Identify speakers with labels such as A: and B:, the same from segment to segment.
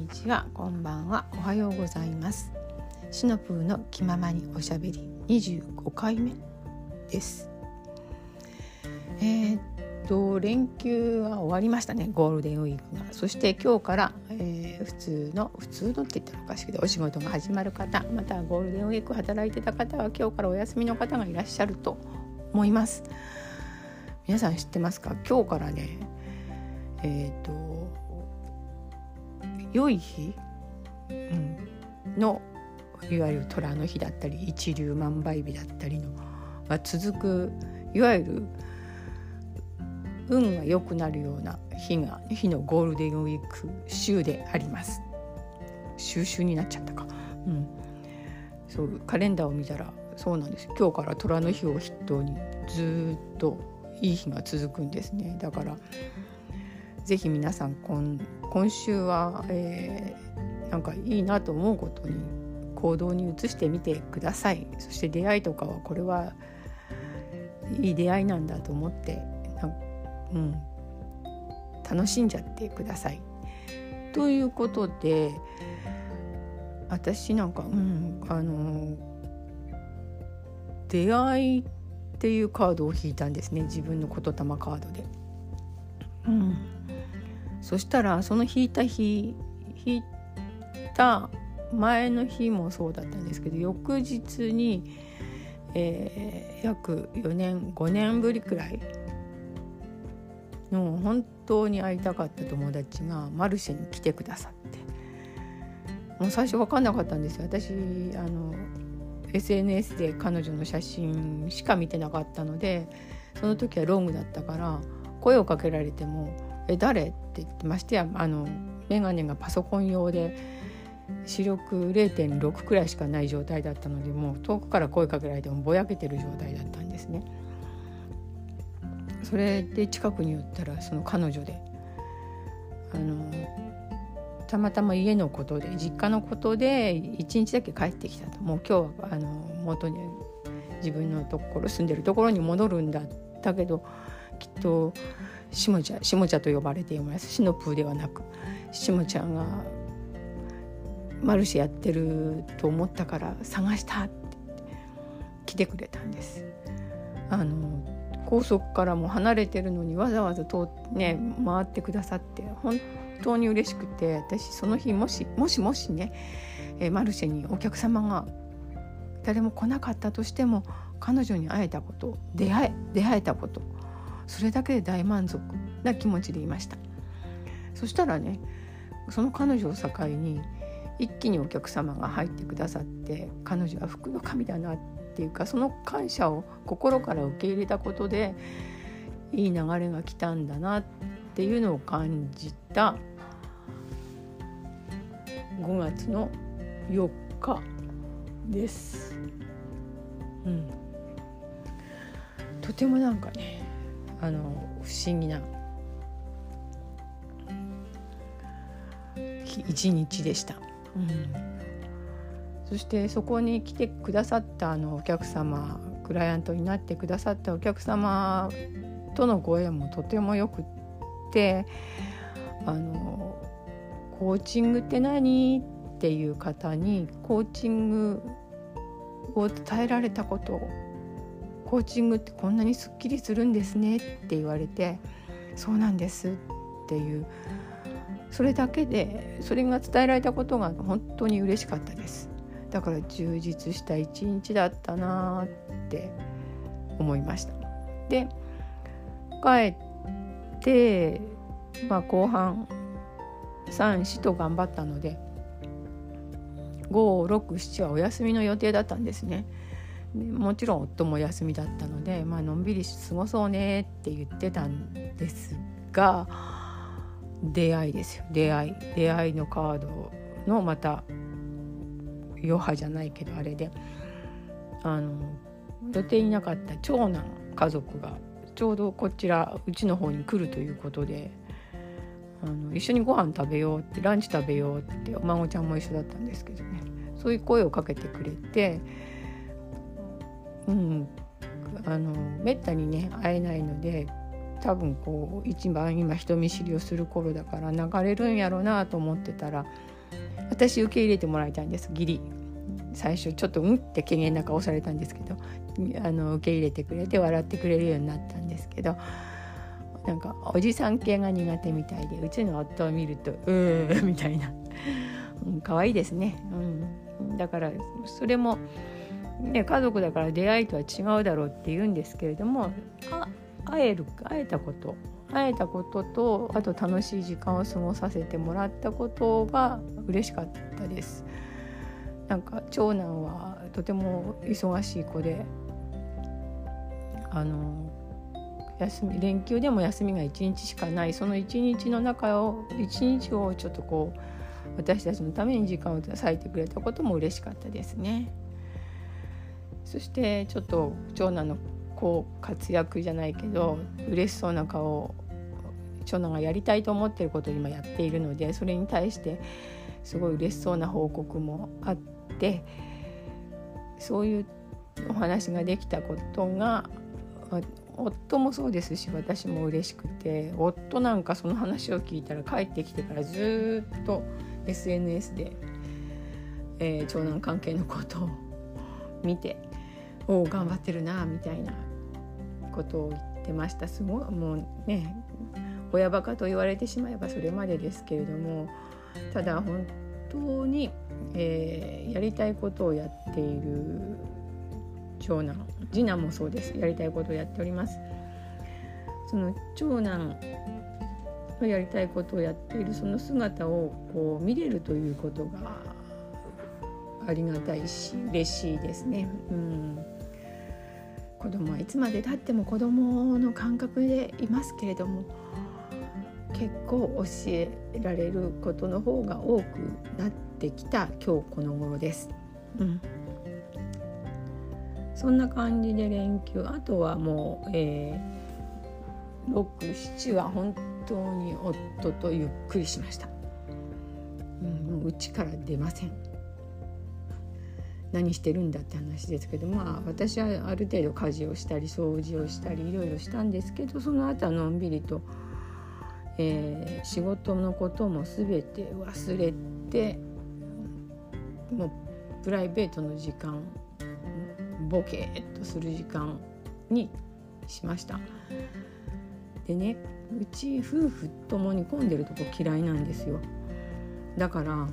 A: にちは、こんばんは、おはようございます。シノプーの気ままにおしゃべり25回目です。連休は終わりましたね、ゴールデンウィークが。そして今日から、普通のって言ったらおかしいけど、お仕事が始まる方、またゴールデンウィーク働いてた方は今日からお休みの方がいらっしゃると思います。皆さん知ってますか？今日からね、良い日、のいわゆる虎の日だったり一粒万倍日だったりのが続く、いわゆる運が良くなるような日のゴールデンウィーク週であります。週になっちゃったか、そうカレンダーを見たらそうなんです。今日から虎の日を筆頭にずっといい日が続くんですね。だからぜひ皆さん今週は、なんかいいなと思うことに行動に移してみてください。そして出会いとかはこれはいい出会いなんだと思って楽しんじゃってください。ということで、私なんか、出会いっていうカードを引いたんですね、自分の言霊カードで。そしたらその引いた前の日もそうだったんですけど、翌日に、約5年ぶりくらいの本当に会いたかった友達がマルシェに来てくださって、もう最初分かんなかったんですよ。私SNS で彼女の写真しか見てなかったので、その時はロングだったから声をかけられても誰って言って、ましてやメガネがパソコン用で視力 0.6 くらいしかない状態だったので、もう遠くから声かけられてもぼやけてる状態だったんですね。それで近くに寄ったらその彼女で、たまたま家のことで、実家のことで1日だけ帰ってきたと。もう今日は元に自分のところ、住んでるところに戻るんだったけど、きっとしもちゃと呼ばれています。シノプーではなくしもちゃんがマルシェやってると思ったから探したって来てくれたんです。高速からも離れてるのにわざわざ回ってくださって本当に嬉しくて、私その日もしね、マルシェにお客様が誰も来なかったとしても、彼女に会えたこと、出会えたこと、それだけで大満足な気持ちでいました。そしたらね、その彼女を境に一気にお客様が入ってくださって、彼女は福の神だなっていうか、その感謝を心から受け入れたことでいい流れが来たんだなっていうのを感じた5月の4日です。とてもなんかね、不思議な一日でした。そしてそこに来てくださったお客様、クライアントになってくださったお客様とのご縁もとてもよくって、コーチングって何っていう方にコーチングを伝えられたこと、コーチングってこんなにすっきりするんですねって言われて、そうなんですっていう、それだけでそれが伝えられたことが本当に嬉しかったです。だから充実した一日だったなって思いました。で、帰って、後半3、4と頑張ったので5、6、7はお休みの予定だったんですね。もちろん夫もお休みだったので、のんびり過ごそうねって言ってたんですが、出会いですよ。出会いのカードのまた余波じゃないけどあれで、予定になかった長男家族がちょうどうちの方に来るということで、一緒にご飯食べようって、ランチ食べようって、お孫ちゃんも一緒だったんですけどね、そういう声をかけてくれて、めったにね会えないので、多分一番今人見知りをする頃だから流れるんやろうなと思ってたら、 私受け入れてもらいたいんです。ギリ最初ちょっとって怪げな顔されたんですけど、受け入れてくれて笑ってくれるようになったんですけど、なんかおじさん系が苦手みたいで、うちの夫を見るとみたいな、可愛いですね、だからそれも、ね、家族だから出会いとは違うだろうって言うんですけれども、会えたことと、あと楽しい時間を過ごさせてもらったことが嬉しかったです。なんか長男はとても忙しい子で、連休でも休みが1日しかない、その1日をちょっとこう私たちのために時間を割いてくれたことも嬉しかったですね。そしてちょっと長男の活躍じゃないけど嬉しそうな顔を、長男がやりたいと思っていることを今やっているので、それに対してすごい嬉しそうな報告もあって、そういうお話ができたことが夫もそうですし、私も嬉しくて、夫なんかその話を聞いたら帰ってきてからずっと SNS で、長男関係のことを見て、頑張ってるなみたいなことを言ってました。すごいもうね、親バカと言われてしまえばそれまでですけれども、ただ本当に、やりたいことをやっている長男、次男もそうです。やりたいことをやっております。その長男のやりたいことをやっているその姿をこう見れるということがありがたいし嬉しいですね。子供はいつまで経っても子供の感覚でいますけれども、結構教えられることの方が多くなってきた今日この頃です。そんな感じで連休、あとはもう、6、7は本当に夫とゆっくりしました。もう家から出ません。何してるんだって話ですけど、私はある程度家事をしたり掃除をしたりいろいろしたんですけど、その後はのんびりと、仕事のことも全て忘れて、もうプライベートの時間、ボケーっとする時間にしました。でね、うち夫婦ともに混んでるとこ嫌いなんですよ。だから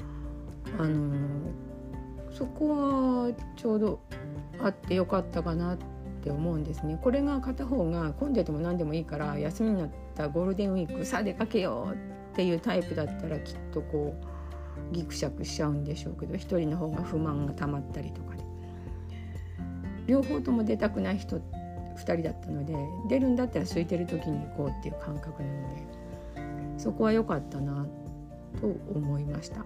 A: そこはちょうどあってよかったかなって思うんですね。これが片方が混んでても何でもいいから休みになったゴールデンウィークさあ出かけようっていうタイプだったらきっとこうギクシャクしちゃうんでしょうけど、一人の方が不満が溜まったりとかで、両方とも出たくない人2人だったので、出るんだったら空いてる時に行こうっていう感覚なので、そこは良かったなと思いました。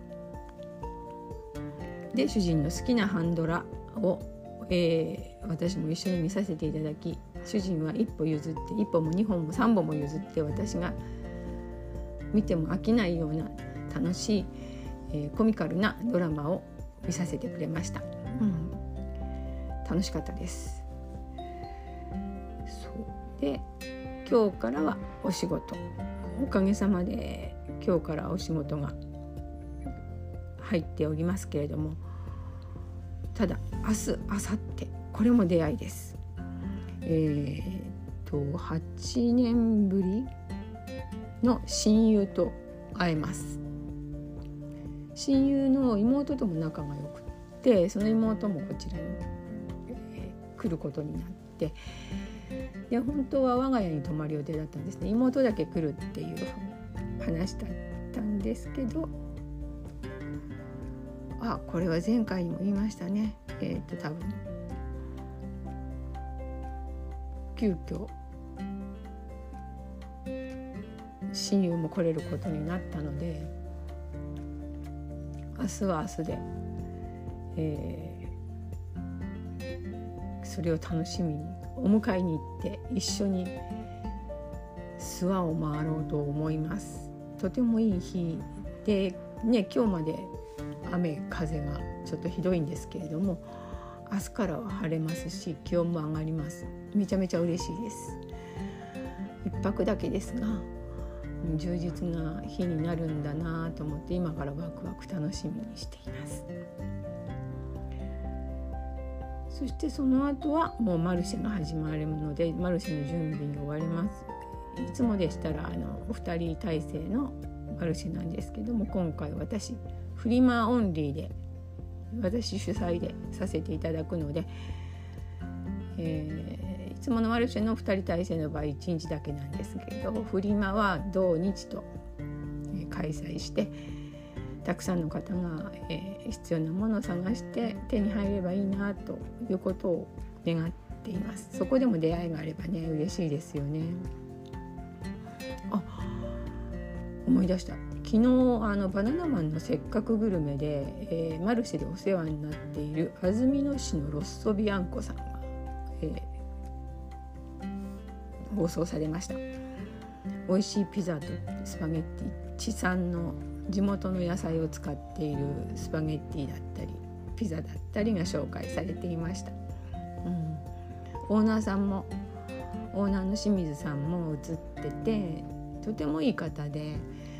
A: で、主人の好きなハンドラを、私も一緒に見させていただき、主人は1歩譲って1歩も2本も3本も譲って、私が見ても飽きないような楽しい、コミカルなドラマを見させてくれました。楽しかったです。そうで、今日からはお仕事、おかげさまで今日からお仕事が入っておりますけれども、ただ明日明後日これも出会いです。8年ぶりの親友と会えます。親友の妹とも仲が良くって、その妹もこちらに、来ることになって、で本当は我が家に泊まる予定だったんですね。妹だけ来るっていう話だったんですけど、これは前回にも言いましたね。多分急遽親友も来れることになったので、明日は明日で、それを楽しみにお迎えに行って一緒に諏訪を回ろうと思います。とてもいい日でね、今日まで雨風がちょっとひどいんですけれども、明日からは晴れますし気温も上がります。めちゃめちゃ嬉しいです。一泊だけですが、 充実な日になるんだなと思って今からワクワク楽しみにしています。そしてその後はもうマルシェが始まるのでマルシェの準備が終わります。いつもでしたらお二人体制のマルシェなんですけども、今回私フリマオンリーで私主催でさせていただくので、いつものマルシェの2人体制の場合1日だけなんですけど、フリマは土日と開催してたくさんの方が必要なものを探して手に入ればいいなということを願っています。そこでも出会いがあればね嬉しいですよね。思い出した。昨日バナナマンのせっかくグルメで、マルシェでお世話になっている安曇野市のロッソビアンコさんが、放送されました。美味しいピザとスパゲッティ、地産の地元の野菜を使っているスパゲッティだったりピザだったりが紹介されていました。オーナーの清水さんも映っててとてもいい方で、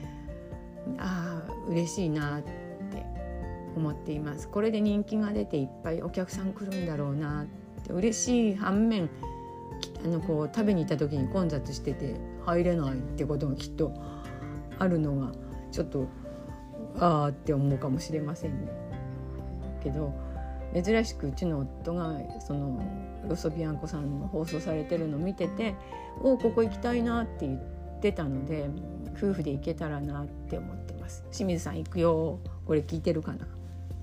A: 嬉しいなって思っています。これで人気が出ていっぱいお客さん来るんだろうなって嬉しい反面、こう食べに行った時に混雑してて入れないってことがきっとあるのがちょっとって思うかもしれませんね。けど珍しくうちの夫がそのロソビアンコさんの放送されてるのを見てて、ここ行きたいなって言ってたので夫婦で行けたらなって思ってます。清水さん行くよ、これ聞いてるかな。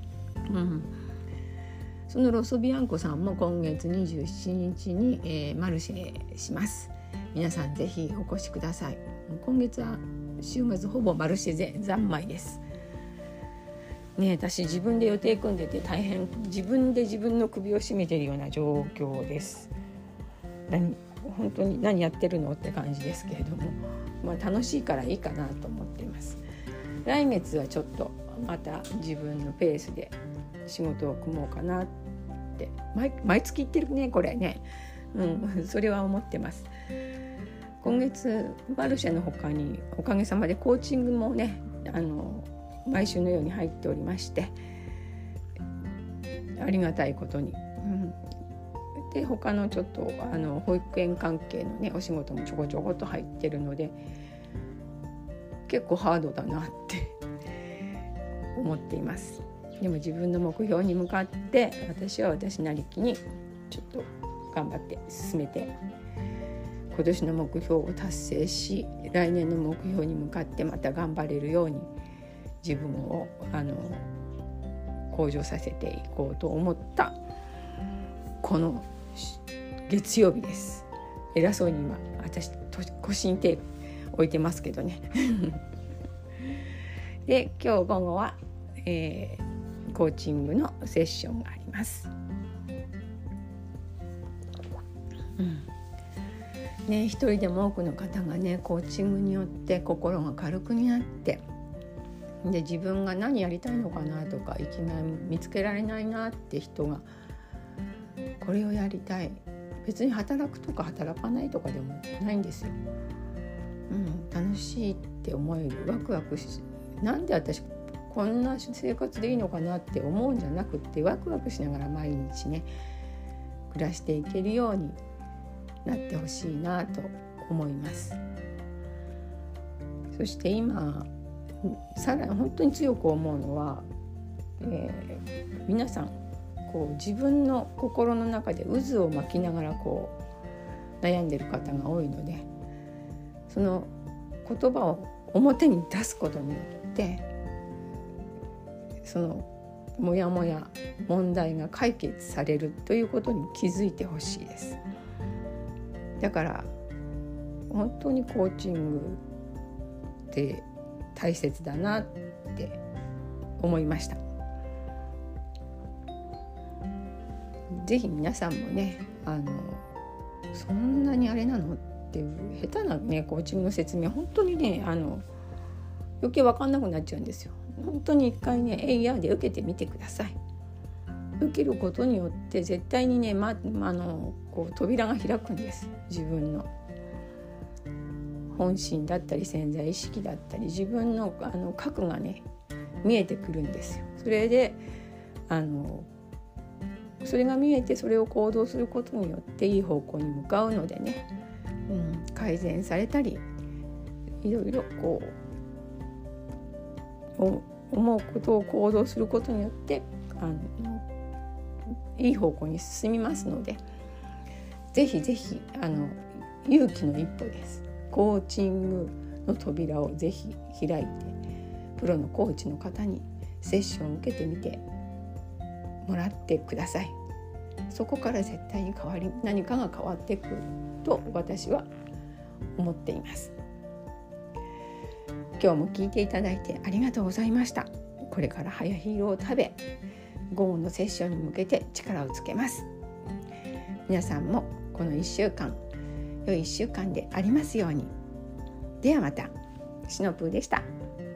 A: そのロソビアンコさんも今月27日に、マルシェします。皆さんぜひお越しください。今月は週末ほぼマルシェ三昧ですね。私自分で予定組んでて大変自分で自分の首を絞めてるような状況です。本当に何やってるのって感じですけれども、楽しいからいいかなと思っています。来月はちょっとまた自分のペースで仕事を組もうかなって毎月言ってるねこれね、それは思ってます。今月マルシェの他におかげさまでコーチングもね毎週のように入っておりまして、ありがたいことに、で他のちょっと保育園関係のねお仕事もちょこちょこと入ってるので結構ハードだなって思っています。でも自分の目標に向かって私は私なりきにちょっと頑張って進めて今年の目標を達成し来年の目標に向かってまた頑張れるように自分を向上させていこうと思ったこの月曜日です。偉そうに今私腰に手置いてますけどねで今日午後は、コーチングのセッションがあります、一人でも多くの方がねコーチングによって心が軽くになってで自分が何やりたいのかなとか生きがい見つけられないなって人がこれをやりたい、別に働くとか働かないとかでもないんですよ、楽しいって思えるワクワクしなんで私こんな生活でいいのかなって思うんじゃなくってワクワクしながら毎日ね暮らしていけるようになってほしいなと思います。そして今さらに本当に強く思うのは、皆さんこう自分の心の中で渦を巻きながらこう悩んでる方が多いのでその言葉を表に出すことによってそのモヤモヤ問題が解決されるということに気づいてほしいです。だから本当にコーチングって大切だなって思いました。ぜひ皆さんもねそんなにあれなのっていう下手なねコーチングの説明本当にね余計分かんなくなっちゃうんですよ。本当に一回ねエイヤーで受けてみてください。受けることによって絶対にね、こう扉が開くんです。自分の本心だったり潜在意識だったり自分の核がね見えてくるんですよ。それでそれが見えてそれを行動することによっていい方向に向かうのでね、改善されたりいろいろこう思うことを行動することによっていい方向に進みますので、ぜひぜひ勇気の一歩です。コーチングの扉をぜひ開いてプロのコーチの方にセッションを受けてみてもらってください。そこから絶対に何かが変わっていくと私は思っています。今日も聞いていただいてありがとうございました。これからハヤヒーローを食べ午後のセッションに向けて力をつけます。皆さんもこの1週間良い1週間でありますように。ではまた。しのぷーでした。